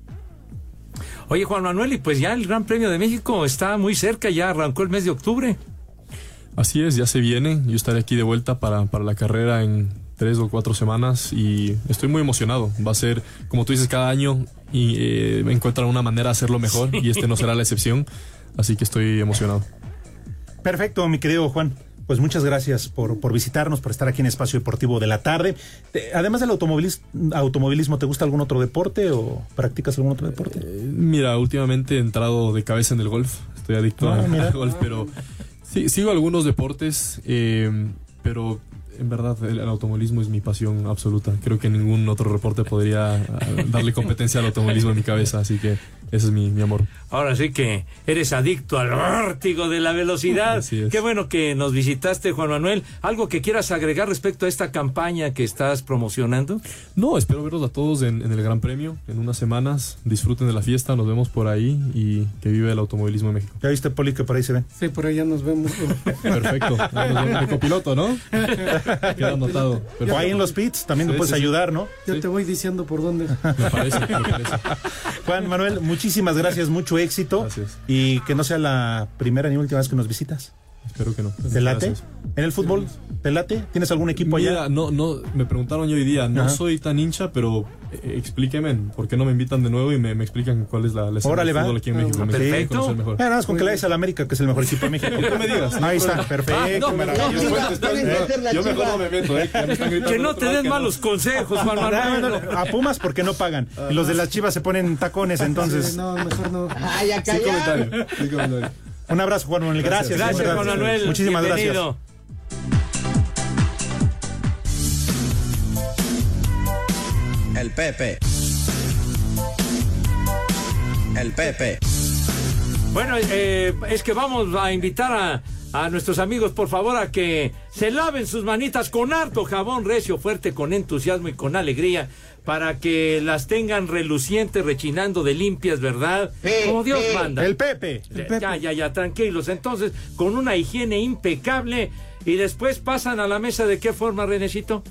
Oye, Juan Manuel, y pues ya el Gran Premio de México está muy cerca, ya arrancó el mes de octubre. Así es, ya se viene. Yo estaré aquí de vuelta para la carrera en 3 o 4 semanas y estoy muy emocionado. Va a ser, como tú dices, cada año y encuentran una manera de hacerlo mejor y no será la excepción. Así que estoy emocionado. Perfecto, mi querido Juan. Pues muchas gracias por visitarnos, por estar aquí en Espacio Deportivo de la Tarde. Además del automovilismo, ¿te gusta algún otro deporte o practicas algún otro deporte? Mira, últimamente he entrado de cabeza en el golf. Estoy adicto al golf, pero sí, sigo algunos deportes, pero en verdad el automovilismo es mi pasión absoluta. Creo que ningún otro deporte podría darle competencia al automovilismo en mi cabeza, así que ese es mi amor. Ahora sí que eres adicto al vértigo de la velocidad. Así es. Qué bueno que nos visitaste, Juan Manuel. ¿Algo que quieras agregar respecto a esta campaña que estás promocionando? No, espero verlos a todos en el Gran Premio en unas semanas. Disfruten de la fiesta, nos vemos por ahí y que vive el automovilismo en México. ¿Ya viste, Poli, que por ahí se ven? Sí, por allá nos vemos. Perfecto. Nos vemos de copiloto, ¿no? Queda anotado. Perfecto. O ahí en los pits, también me puedes ayudar, ¿no? Yo te voy diciendo por dónde. Me parece. Juan Manuel, muchísimas gracias, mucho éxito. Gracias. Y que no sea la primera ni última vez que nos visitas. Espero que no. ¿Te late? Gracias. ¿En el fútbol te late? ¿Tienes algún equipo allá? Mira, no, me preguntaron yo hoy día, no soy tan hincha, pero explíqueme por qué no me invitan de nuevo y me explican cuál es la escena del fútbol aquí en México. Perfecto. Nada más con que le des a la América, que es el mejor equipo de México. ¿Qué me digas? Ahí está, perfecto, maravilloso. Yo mejor no me meto, Que no te den malos consejos, Juan Manuel. A Pumas porque no pagan. Y los de las Chivas se ponen tacones, entonces. No, mejor no. Ay, acá sí, comentario. Un abrazo, Juan Manuel. Gracias. Gracias, Juan Manuel. Muchísimas Bienvenido. gracias. El Pepe. El Pepe. Bueno, es que vamos a invitar a nuestros amigos, por favor, a que se laven sus manitas con harto jabón recio, fuerte, con entusiasmo y con alegría, para que las tengan relucientes, rechinando de limpias, ¿verdad? Como Dios manda. El Pepe. Ya, tranquilos. Entonces, con una higiene impecable, y después pasan a la mesa. ¿De qué forma, Renecito?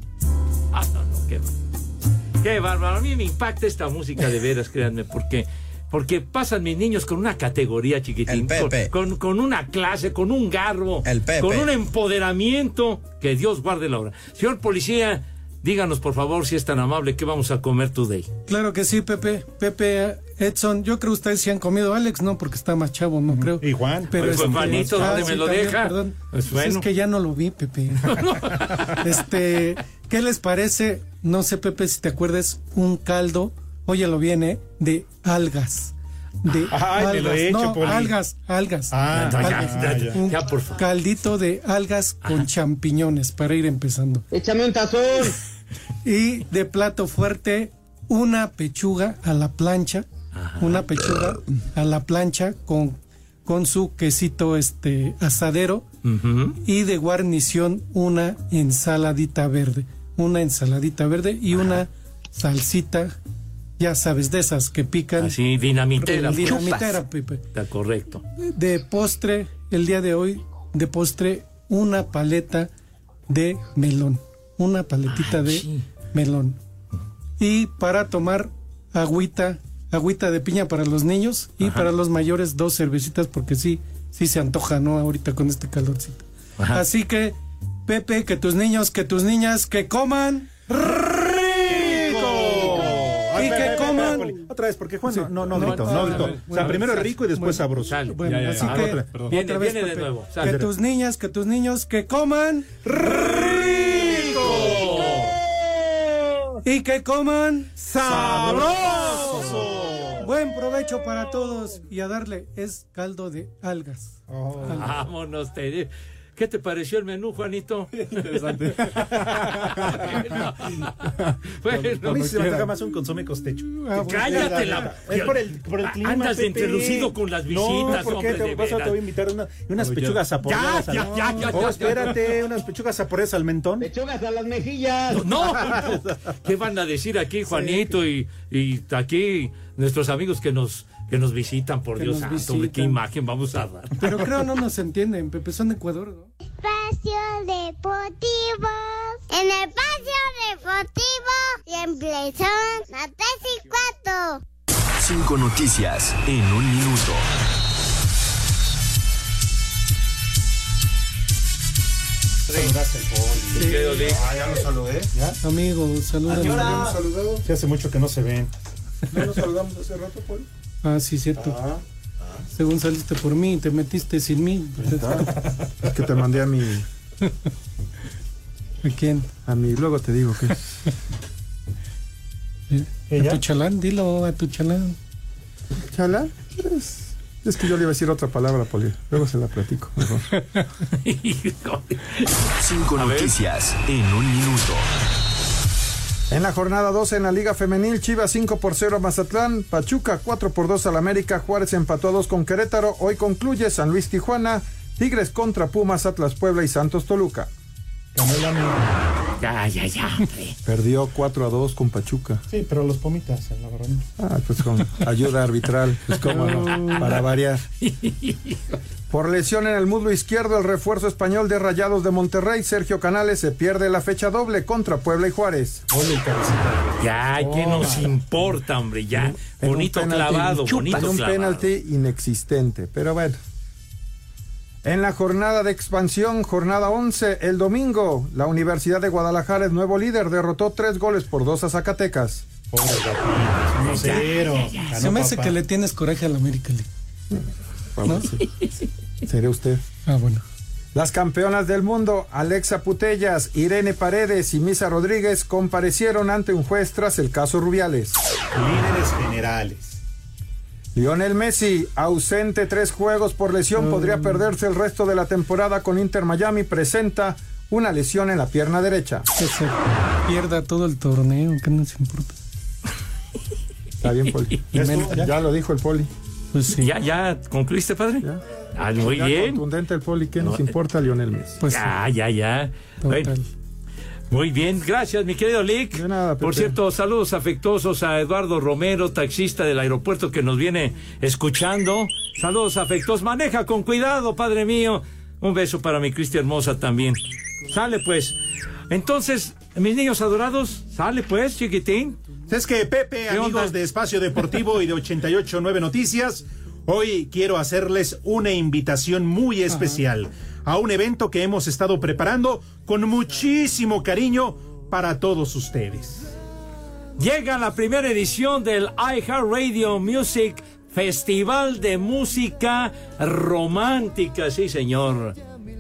Qué bárbaro. A mí me impacta esta música de veras, créanme, porque pasan mis niños con una categoría, chiquitín, con una clase, con un garbo, con un empoderamiento, que Dios guarde la hora. Señor policía, díganos por favor, si es tan amable, ¿qué vamos a comer today? Claro que sí, Pepe, Edson, yo creo que ustedes sí han comido. Alex no, porque está más chavo, no creo. Y Juan. Pero Juanito, ¿dónde me lo también, deja? Perdón. Pues bueno. Es que ya no lo vi, Pepe. ¿Qué les parece? No sé, Pepe, si te acuerdas, un caldo, óyelo bien, de algas. Me lo he hecho, Poli. algas. Ya, por favor. Caldito de algas con champiñones, para ir empezando. Échame un tazón. Y de plato fuerte, una pechuga a la plancha. Una pechuga a la plancha con su quesito asadero. Y de guarnición, una ensaladita verde. Y una salsita, ya sabes, de esas que pican. Así, dinamitera, Pepe. Está correcto. De postre, el día de hoy, una paleta de melón. Una paletita de melón. Y para tomar agüita de piña para los niños y para los mayores 2 cervecitas, porque sí se antoja, ¿no? Ahorita con este calorcito. Así que, Pepe, que tus niños, que tus niñas, que coman rico. Y que coman... Otra vez, porque Juan no gritó. O sea, primero rico y después sabroso. Bueno, así que viene vez, de Pepe, nuevo. Que tus niñas, que tus niños, que coman rico. Y que coman sabroso. Buen provecho para todos, y a darle, es caldo de algas. Vámonos, ¿qué te pareció el menú, Juanito? Interesante. Bueno, a mí se me antoja más un consomé costecho. Cállate la... Es por el clima, andas de entrelucido con las visitas, hombre, te voy a invitar unas pechugas saporeadas. Ya. Espérate, unas pechugas saporeadas al mentón. Pechugas a las mejillas. No. ¿Qué van a decir aquí, Juanito, y aquí nuestros amigos que nos visitan, por Dios santo, hombre, qué imagen vamos a dar? Pero creo no nos entienden, Pepe, son de Ecuador, ¿no? Espacio Deportivo. En el Espacio Deportivo siempre son las 3 y 4. 5 noticias en un minuto. Saludaste al Poli. Ya lo saludé. ¿Ya? Amigo, salúdame. ¿Ya hemos saludado? Sí, hace mucho que no se ven. ¿No nos saludamos hace rato, Poli? Sí, cierto. Según saliste por mí, te metiste sin mí. Es que te mandé a mi... ¿A quién? A mí, luego te digo que... ¿A tu chalán? Dilo a tu chalán. ¿Chalán? Es que yo le iba a decir otra palabra, Poli. Luego se la platico, mejor. 5 noticias en un minuto. En la jornada 12 en la Liga Femenil, Chivas 5-0 a Mazatlán, Pachuca 4-2 al América, Juárez empató a 2 con Querétaro, hoy concluye San Luis Tijuana, Tigres contra Pumas, Atlas Puebla y Santos Toluca. Ya, hombre. Perdió 4-2 con Pachuca. Sí, pero los Pumitas en la verdad. Pues con ayuda arbitral, pues cómo no, para variar. Por lesión en el muslo izquierdo, el refuerzo español de Rayados de Monterrey, Sergio Canales, se pierde la fecha doble contra Puebla y Juárez. Ya, ¿qué nos importa, hombre? Ya, bonito clavado, bonito clavado. Un penalti inexistente, pero bueno. En la jornada de expansión, jornada 11, el domingo, la Universidad de Guadalajara es nuevo líder, derrotó 3-2 a Zacatecas. Se me hace que le tienes coraje a la América League. ¿No? Sí. ¿Seré usted? Ah, bueno. Las campeonas del mundo, Alexa Putellas, Irene Paredes y Misa Rodríguez, comparecieron ante un juez tras el caso Rubiales. Líderes generales. Lionel Messi, ausente 3 juegos por lesión, podría perderse el resto de la temporada con Inter Miami, presenta una lesión en la pierna derecha. Que se pierda todo el torneo, que no nos importa. Está bien, Poli. Ya lo dijo el Poli. Pues sí. ¿Ya concluiste, padre? Ya. Ah, muy ya bien. Contundente el Poli, ¿qué nos importa Lionel Messi? Pues ya. Bueno, muy bien, gracias, mi querido Lick. De nada, Pepe. Por cierto, saludos afectuosos a Eduardo Romero, taxista del aeropuerto que nos viene escuchando. Saludos afectuosos. Maneja con cuidado, padre mío. Un beso para mi Cristi hermosa también. Sale pues. Entonces, mis niños adorados, sale pues, chiquitín. Es que Pepe, amigos de Espacio Deportivo y de 88.9 Noticias, hoy quiero hacerles una invitación muy especial a un evento que hemos estado preparando con muchísimo cariño para todos ustedes. Llega la primera edición del iHeartRadio Music Festival de Música Romántica, sí señor.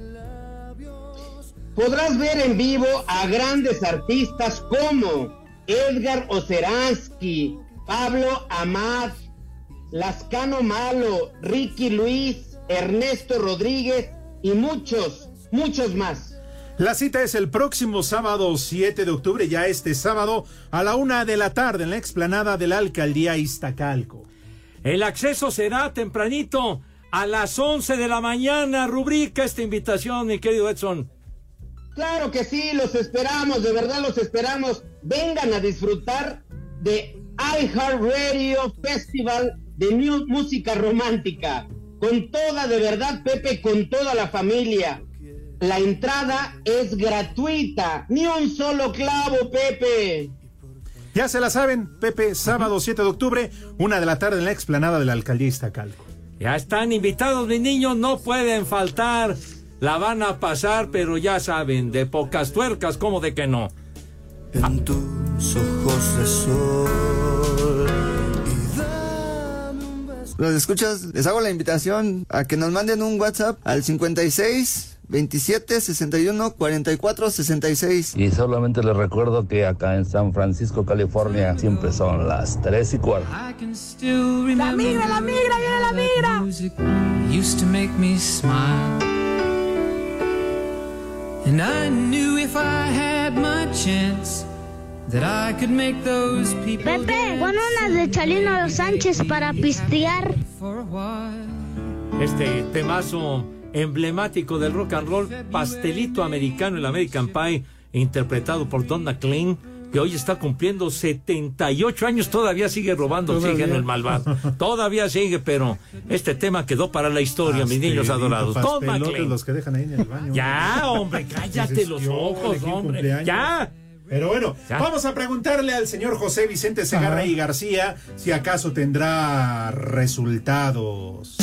Podrás ver en vivo a grandes artistas como Edgar Oceransky, Pablo Amat, Lascano Malo, Ricky Luis, Ernesto Rodríguez y muchos más. La cita es el próximo sábado 7 de octubre, ya este sábado, a la 1 de la tarde en la explanada de la Alcaldía Iztacalco. El acceso será tempranito, a las 11 de la mañana. Rubrica esta invitación, mi querido Edson. Claro que sí, los esperamos, de verdad los esperamos. Vengan a disfrutar de iHeartRadio Festival de Música Romántica. Con toda, de verdad, Pepe, con toda la familia. La entrada es gratuita, ni un solo clavo, Pepe. Ya se la saben, Pepe, sábado 7 de octubre, 1 de la tarde en la explanada de la Alcaldía Iztacalco. Ya están invitados, mis niños, no pueden faltar. La van a pasar, pero ya saben, de pocas tuercas, como de que no. En tus ojos de sol. Los escuchas, les hago la invitación a que nos manden un WhatsApp al 56 27 61 44 66. Y solamente les recuerdo que acá en San Francisco, California, siempre son las 3:15. La migra, viene la migra. Used to make me smile. And I knew if I had my chance that I could make those people. Pepe, pon unas de Chalino Sánchez para pistear. Este temazo emblemático del rock and roll, Pastelito Americano, el American Pie, interpretado por Don McLean, que hoy está cumpliendo 78 años, todavía sigue robando oxígeno el malvado. Todavía sigue, pero este tema quedó para la historia, mis niños adorados. Don McLean. Los que dejan ahí en el baño. Ya, hombre, cállate los ojos, hombre. Ya. Pero bueno, vamos a preguntarle al señor José Vicente Segarra y García si acaso tendrá resultados.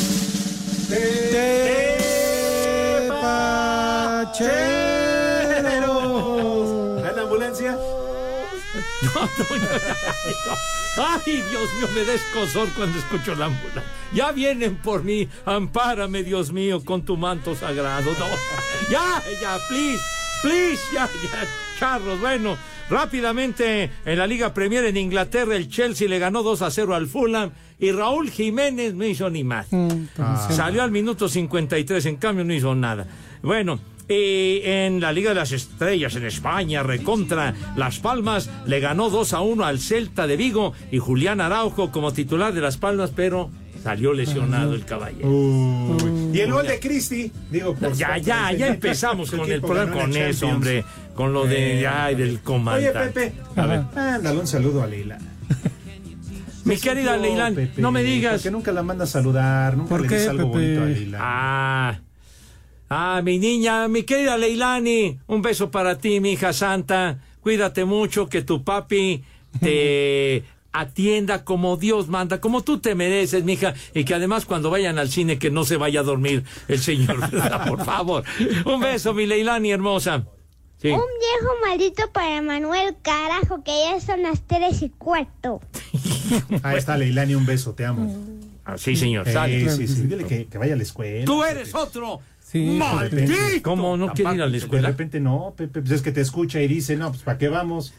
¡Tepacheros! ¿En la ambulancia? No. Ay, Dios mío, me da escozor cuando escucho la ambulancia. Ya vienen por mí, ampárame, Dios mío, con tu manto sagrado. No, ya, please, ya, charros. Bueno, rápidamente en la Liga Premier en Inglaterra, el Chelsea le ganó 2-0 al Fulham y Raúl Jiménez no hizo ni más. Salió al minuto 53, en cambio no hizo nada. Bueno, en la Liga de las Estrellas en España, recontra Las Palmas, le ganó 2-1 al Celta de Vigo y Julián Araujo como titular de Las Palmas, pero salió lesionado el caballero. Y el gol de Cristi, digo, ya empezamos con el problema con eso, hombre, con lo de del comandante. Oye, Pepe, a ver, mándale un saludo a Leila. Mi querida Leilán, Pepe, no me digas. Porque nunca la manda a saludar, nunca le dices algo bonito a Leila. Mi niña, mi querida Leilani, un beso para ti, mi hija santa. Cuídate mucho, que tu papi te atienda como Dios manda, como tú te mereces, mija, y que además cuando vayan al cine que no se vaya a dormir el señor, ¿verdad? Por favor. Un beso, mi Leilani hermosa. Sí. Un viejo maldito para Manuel, carajo, que ya son las 3:15. Ahí está, Leilani, un beso, te amo. Sí, señor, sale. Sí, dile que vaya a la escuela. ¡Tú eres otro! Sí, ¡Maldito! ¿Cómo no quiere ir a la escuela? De repente no, Pepe, pues es que te escucha y dice, no, pues ¿para qué vamos?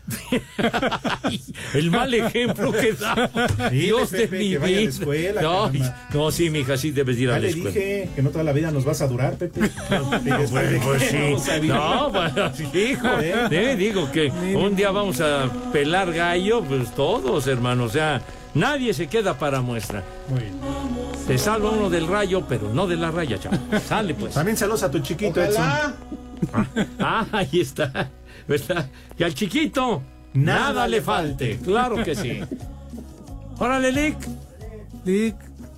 El mal ejemplo que da. Dios Pepe, de mi que vaya a la vida. escuela, No, sí, mija, sí debes ir a la escuela. Ya le dije que no toda la vida nos vas a durar, Pepe. Pues sí. No, bueno, hijo, digo que un día vamos a pelar gallo, pues todos, hermano, o sea, nadie se queda para muestra. Muy bien. Te salva uno del rayo, pero no de la raya, chavo. Sale, pues. También saludos a tu chiquito, Edson. Ahí está. ¿Verdad? Y al chiquito, nada le falte. Claro que sí. Órale, Lick.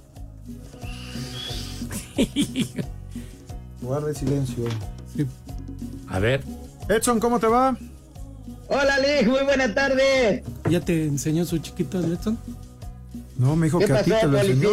Guarde silencio. Sí. A ver. Edson, ¿cómo te va? Hola, Lick, muy buena tarde. ¿Ya te enseñó su chiquito, Edson? No, me dijo ¿Qué que a ti pasó, te lo enseñó.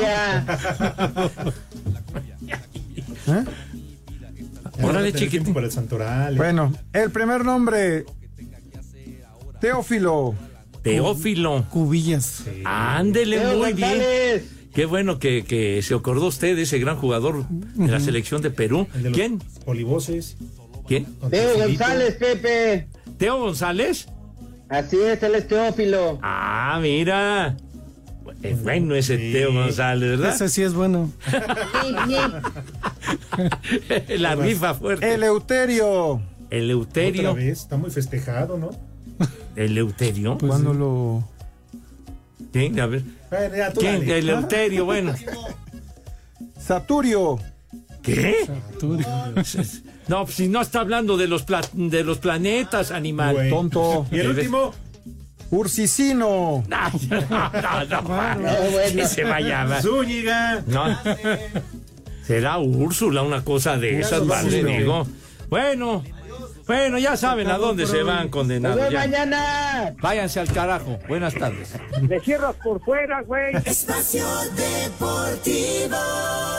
policía? Órale, chiquito. Para el santoral. Bueno, el primer nombre, Teófilo. Cubillas. Sí. Ándele, muy bien. Qué bueno que se acordó usted de ese gran jugador de la selección de Perú. ¿Quién? Polivoces. ¿Quién? Teo González, Pepe. ¿Teo González? Así es, él es Teófilo. Ah, mira. Es bueno ese Teo González, ¿verdad? Ese sí es bueno. La rifa fuerte. Eleuterio. Eleuterio. Otra vez, está muy festejado, ¿no? ¿Eleuterio? Pues ¿cuándo lo...? ¿Quién? A ver. Bueno, ya, tú ¿Quién? dale. Eleuterio, bueno. Saturio. ¿Qué? No, pues si no está hablando de los planetas, animal. Güey. Tonto. ¿Y el último? Ursicino. Que se vaya. Zúñiga. No. Será Úrsula, una cosa de esas, vale, digo. Bueno, ya saben a dónde se van condenados. ¡Nos vemos Ya. mañana! Váyanse al carajo. Buenas tardes. Le cierras por fuera, güey. Espacio Deportivo.